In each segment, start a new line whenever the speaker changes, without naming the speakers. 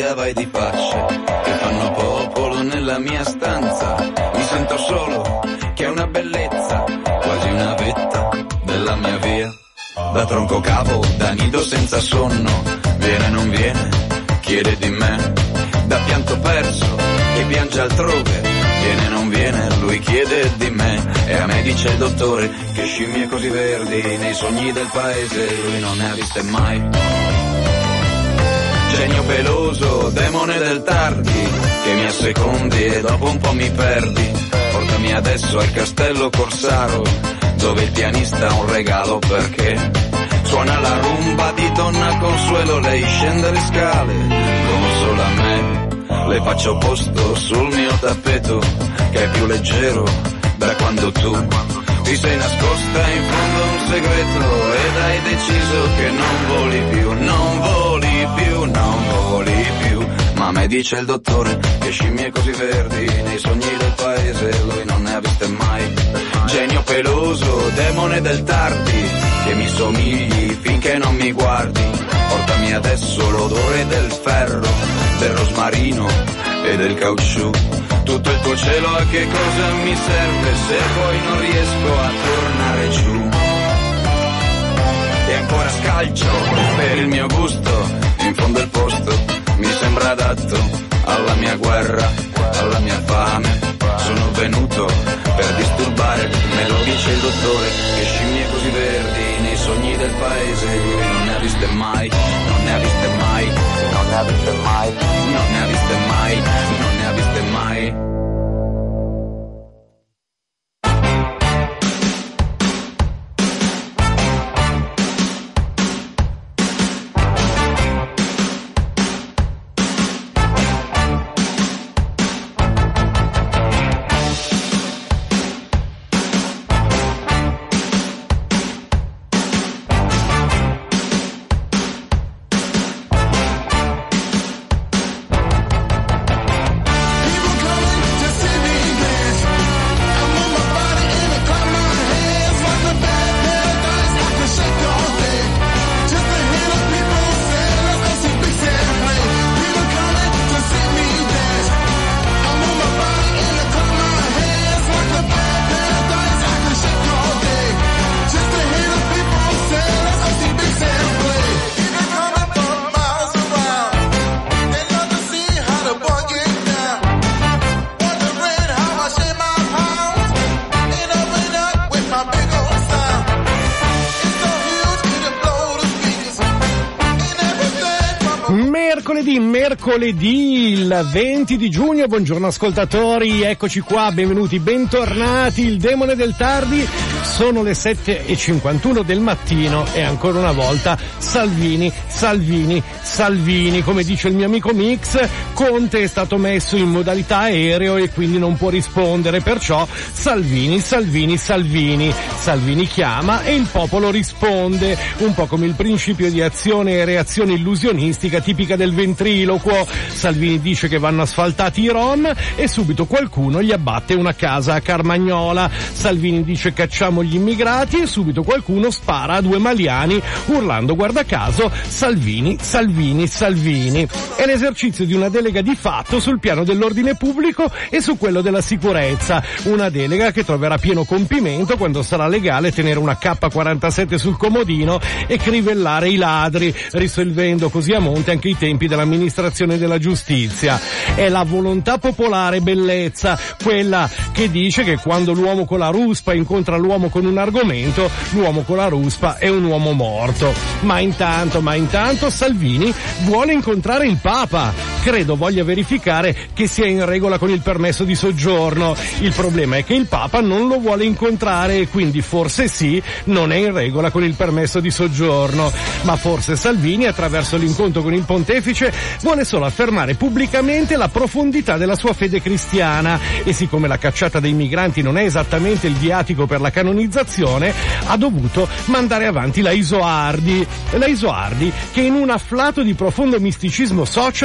via vai di facce che fanno popolo nella mia stanza. Mi sento solo, che è una bellezza, quasi una vetta della mia via. Da tronco capo, da nido senza sonno, viene non viene, chiede di me. Da pianto perso, che piange altrove, viene non viene, lui chiede di me. E a me dice il dottore che scimmie così verdi nei sogni del paese lui non ne ha viste mai. Genio peloso, demone del tardi, che mi assecondi e dopo un po' mi perdi. Portami adesso al castello Corsaro, dove il pianista ha un regalo perché suona la rumba di Donna Consuelo. Lei scende le scale come solo a me, le faccio posto sul mio tappeto che è più leggero da quando tu ti sei nascosta in fondo a un segreto ed hai deciso che non voli più, non voli più, non voli più. Ma a me dice il dottore che scimmie così verdi nei sogni del paese lui non ne ha viste mai. Genio peloso, demone del tardi, che mi somigli finché non mi guardi. Portami adesso l'odore del ferro, del rosmarino e del caucciù. Tutto il tuo cielo a che cosa mi serve se poi non riesco a tornare giù. E ancora scalcio per il mio gusto, in fondo il posto mi sembra adatto alla mia guerra, alla mia fame. Sono venuto per disturbare, me lo dice il dottore, che scimmie così verdi nei sogni del paese lui non ne ha viste mai, non ne ha viste mai, non ne ha viste mai, non ne ha viste mai, non ne ha viste mai.
Mercoledì il 20 di giugno, buongiorno ascoltatori, eccoci qua, benvenuti, bentornati, il demone del tardi, sono le 7:51 del mattino e ancora una volta Salvini, Salvini, Salvini, come dice il mio amico Mix, Conte è stato messo in modalità aereo e quindi non può rispondere, perciò Salvini, Salvini, Salvini, Salvini chiama e il popolo risponde, un po' come il principio di azione e reazione illusionistica tipica del ventriloquo. Salvini dice che vanno asfaltati i rom e subito qualcuno gli abbatte una casa a Carmagnola. Salvini dice cacciamo gli immigrati e subito qualcuno spara a due maliani urlando guarda caso Salvini, Salvini, Salvini. È l'esercizio di una delega di fatto sul piano dell'ordine pubblico e su quello della sicurezza, una delega che troverà pieno compimento quando sarà legale tenere una K47 sul comodino e crivellare i ladri, risolvendo così a monte anche i tempi dell'amministrazione della giustizia. È la volontà popolare bellezza, quella che dice che quando l'uomo con la ruspa incontra l'uomo con un argomento, l'uomo con la ruspa è un uomo morto. Ma intanto Salvini vuole incontrare il Papa. Credo voglia verificare che sia in regola con il permesso di soggiorno. Il problema è che il Papa non lo vuole incontrare e quindi forse sì, non è in regola con il permesso di soggiorno. Ma forse Salvini, attraverso l'incontro con il pontefice, vuole solo affermare pubblicamente la profondità della sua fede cristiana e siccome la cacciata dei migranti non è esattamente il viatico per la canonizzazione, ha dovuto mandare avanti la Isoardi che in un afflato di profondo misticismo social ha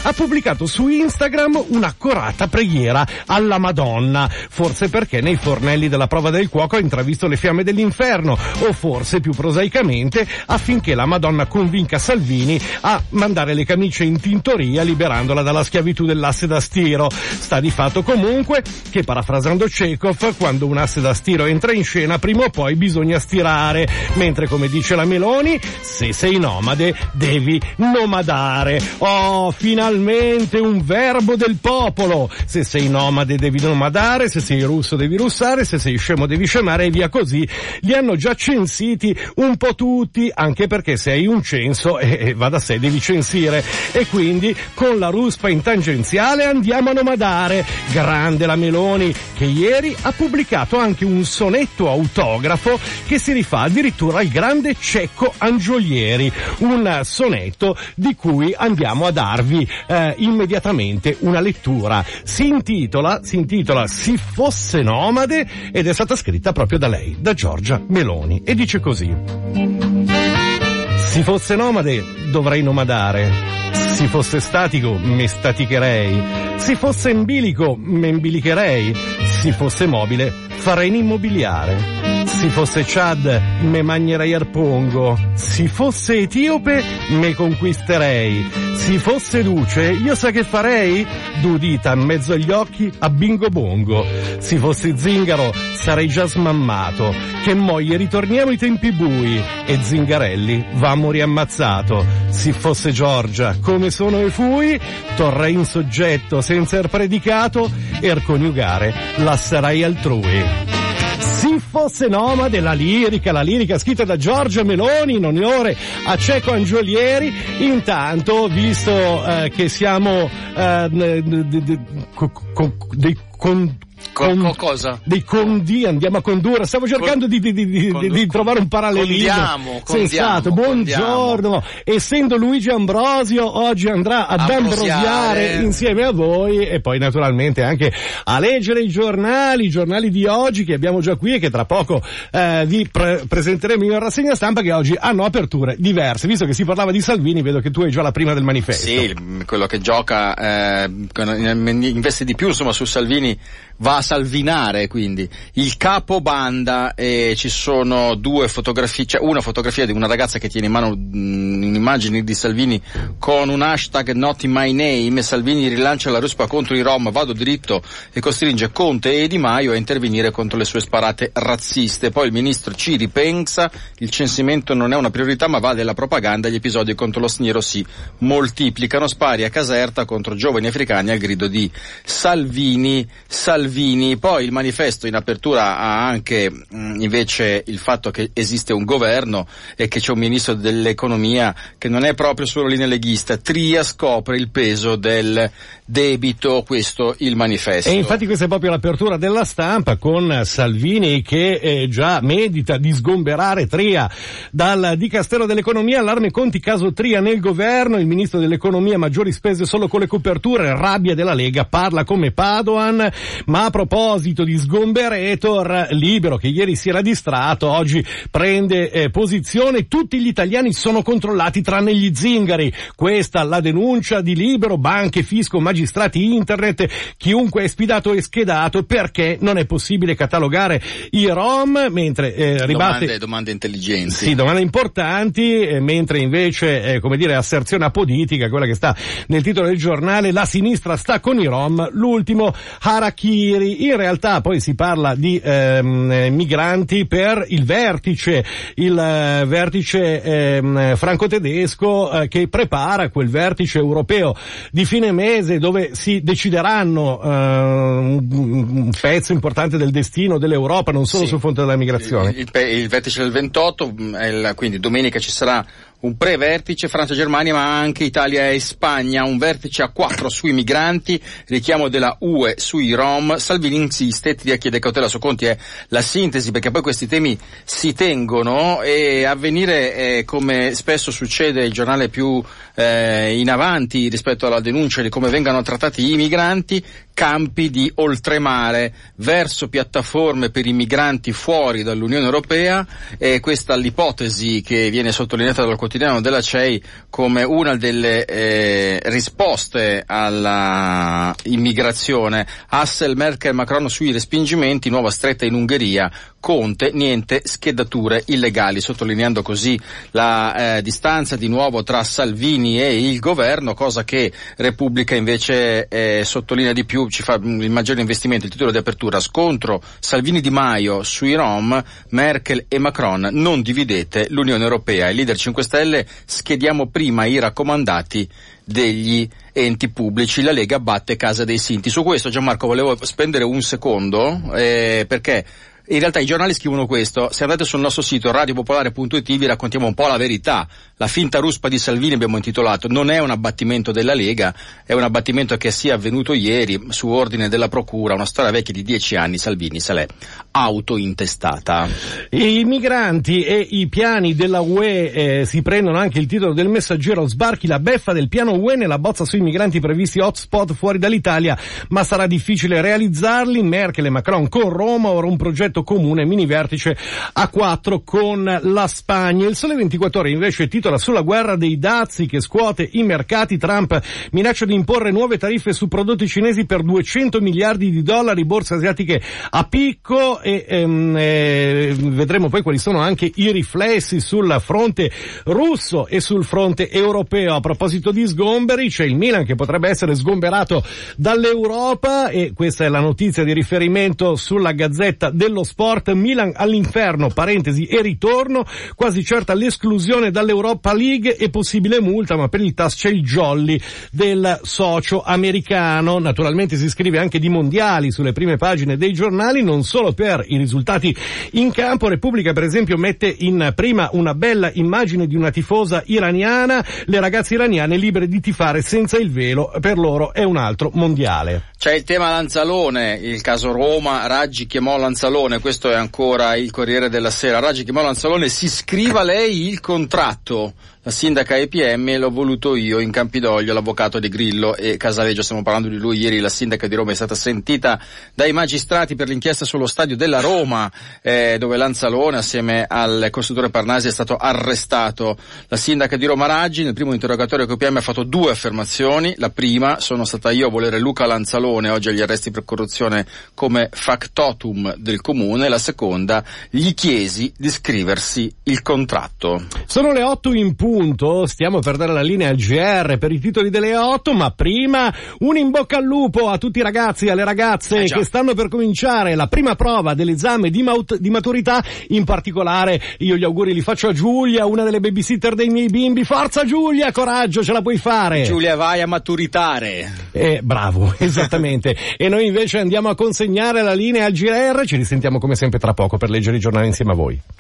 ha pubblicato su Instagram un'accorata preghiera alla Madonna, forse perché nei fornelli della prova del cuoco ha intravisto le fiamme dell'inferno, o forse più prosaicamente affinché la Madonna convinca Salvini a mandare le camicie in tintoria liberandola dalla schiavitù dell'asse da stiro. Sta di fatto comunque che, parafrasando Chekhov, quando un asse da stiro entra in scena prima o poi bisogna stirare, mentre, come dice la Meloni, se sei nomade devi nomadare. Oh, finalmente un verbo del popolo! Se sei nomade devi nomadare, se sei russo devi russare, se sei scemo devi scemare e via così. Li hanno già censiti un po' tutti, anche perché se hai un censo va da sé, devi censire, e quindi con la ruspa in tangenziale andiamo a nomadare. Grande la Meloni, che ieri ha pubblicato anche un sonetto autografo che si rifà addirittura al grande Cecco Angiolieri, un sonetto di cui andiamo a darvi immediatamente una lettura. Si intitola Si fosse nomade, ed è stata scritta proprio da lei, da Giorgia Meloni, e dice così: si fosse nomade dovrei nomadare, si fosse statico me staticherei, si fosse in bilico me imbilicherei, si fosse mobile farei un immobiliare, si fosse Chad me magnerei al pongo, si fosse etiope me conquisterei, si fosse duce io sa che farei, d'udita in mezzo agli occhi a bingo bongo, si fosse zingaro sarei già smammato, che moglie ritorniamo ai tempi bui, e Zingarelli va a morire ammazzato, si fosse Giorgia come sono e fui, torrei in soggetto senza er predicato, er coniugare lasserai altrui. Si fosse nomade, la lirica scritta da Giorgia Meloni in onore a Cecco Angiolieri. Intanto, visto che siamo dei condi, andiamo a condurre. Stavo cercando di trovare un parallelismo sensato. Buongiorno, essendo Luigi Ambrosio oggi andrà ad ambrosiare insieme a voi, e poi naturalmente anche a leggere i giornali di oggi che abbiamo già qui e che tra poco vi presenteremo in rassegna stampa, che oggi hanno aperture diverse. Visto che si parlava di Salvini, vedo che tu hai già la prima del manifesto.
Sì, quello che gioca investe di più insomma su Salvini va a salvinare, quindi il capo banda, e ci sono due fotografie, cioè una fotografia di una ragazza che tiene in mano un'immagine di Salvini con un hashtag not in my name. Salvini rilancia la ruspa contro i Rom, vado dritto, e costringe Conte e Di Maio a intervenire contro le sue sparate razziste. Poi il ministro ci ripensa, il censimento non è una priorità ma va della propaganda, gli episodi contro lo straniero si moltiplicano, spari a Caserta contro giovani africani al grido di Salvini. Poi il manifesto in apertura ha anche invece il fatto che esiste un governo e che c'è un ministro dell'economia che non è proprio solo linea leghista. Tria scopre il peso del debito, questo il manifesto.
E infatti questa è proprio l'apertura della Stampa, con Salvini che già medita di sgomberare Tria dal Dicastero dell'Economia. Allarme conti caso Tria nel governo, il ministro dell'Economia maggiori spese solo con le coperture, rabbia della Lega, parla come Padoan. Ma a proposito di sgomberetor, Libero, che ieri si era distratto, oggi prende posizione: tutti gli italiani sono controllati tranne gli zingari. Questa la denuncia di Libero, banche, fisco, magistrati, internet, chiunque è spidato e schedato, perché non è possibile catalogare i Rom, mentre ribatte
domande intelligenti.
Sì, domande importanti, mentre invece asserzione apolitica, quella che sta nel titolo del giornale: la sinistra sta con i Rom, l'ultimo Harakiri. In realtà poi si parla di migranti per il vertice franco-tedesco che prepara quel vertice europeo di fine mese, dove si decideranno un pezzo importante del destino dell'Europa, non solo sul fronte della migrazione.
Il vertice del 28, quindi domenica ci sarà un pre-vertice Francia-Germania, ma anche Italia e Spagna, un vertice a 4 sui migranti, richiamo della UE sui Rom. Salvini insiste, Tria chiede cautela su Conti, è la sintesi, perché poi questi temi si tengono, e Avvenire, come spesso succede, il giornale più in avanti rispetto alla denuncia di come vengano trattati i migranti. campi di oltremare verso piattaforme per i migranti fuori dall'Unione Europea, e questa è l'ipotesi che viene sottolineata dal quotidiano della CEI come una delle risposte alla immigrazione. Hassel, Merkel, Macron sui respingimenti, nuova stretta in Ungheria, Conte, niente schedature illegali, sottolineando così la distanza di nuovo tra Salvini e il governo, cosa che Repubblica invece sottolinea di più, ci fa il maggiore investimento, il titolo di apertura: scontro Salvini-Di Maio sui Rom, Merkel e Macron, non dividete l'Unione Europea. Il leader 5 Stelle: schediamo prima i raccomandati degli enti pubblici, la Lega batte Casa dei Sinti. Su questo, Gianmarco, volevo spendere un secondo, perché in realtà i giornali scrivono questo. Se andate sul nostro sito radiopopolare.it vi raccontiamo un po' la verità. La finta ruspa di Salvini, abbiamo intitolato, non è un abbattimento della Lega, è un abbattimento che sia avvenuto ieri su ordine della procura, una storia vecchia di 10 anni. Salvini se l'è autointestata.
I migranti e i piani della UE si prendono anche il titolo del Messaggero: sbarchi la beffa del piano UE nella bozza sui migranti previsti hotspot fuori dall'Italia, ma sarà difficile realizzarli. Merkel e Macron con Roma, ora un progetto comune, mini vertice a 4 con la Spagna. Il Sole 24 Ore invece titola sulla guerra dei dazi che scuote i mercati. Trump minaccia di imporre nuove tariffe su prodotti cinesi per 200 miliardi di dollari, borse asiatiche a picco, e vedremo poi quali sono anche i riflessi sul fronte russo e sul fronte europeo. A proposito di sgomberi, c'è il Milan che potrebbe essere sgomberato dall'Europa, e questa è la notizia di riferimento sulla Gazzetta dello Sport. Milan all'inferno, parentesi e ritorno, quasi certa l'esclusione dall'Europa League e possibile multa, ma per il TAS c'è il jolly del socio americano. Naturalmente si scrive anche di mondiali sulle prime pagine dei giornali, non solo per i risultati in campo. Repubblica per esempio mette in prima una bella immagine di una tifosa iraniana, le ragazze iraniane libere di tifare senza il velo, per loro è un altro mondiale.
C'è il tema Lanzalone, il caso Roma, Raggi chiamò Lanzalone, questo è ancora il Corriere della Sera. Raggi chiamò Lanzalone, si scriva lei il contratto. La sindaca EPM l'ho voluto io, in Campidoglio, l'avvocato di Grillo e Casaleggio, stiamo parlando di lui. Ieri la sindaca di Roma è stata sentita dai magistrati per l'inchiesta sullo stadio della Roma, dove Lanzalone assieme al costruttore Parnasi è stato arrestato. La sindaca di Roma Raggi nel primo interrogatorio che EPM ha fatto 2 affermazioni. La prima: sono stata io a volere Luca Lanzalone, oggi agli arresti per corruzione come factotum del comune. La seconda: gli chiesi di scriversi il contratto.
Sono le 8 in punto, stiamo per dare la linea al GR per i titoli delle 8, ma prima un in bocca al lupo a tutti i ragazzi e alle ragazze che stanno per cominciare la prima prova dell'esame di maturità. In particolare io gli auguri li faccio a Giulia, una delle babysitter dei miei bimbi. Forza Giulia, coraggio, ce la puoi fare.
Giulia, vai a maturitare.
Bravo, esattamente. E noi invece andiamo a consegnare la linea al GR, ci risentiamo come sempre tra poco per leggere i giornali insieme a voi.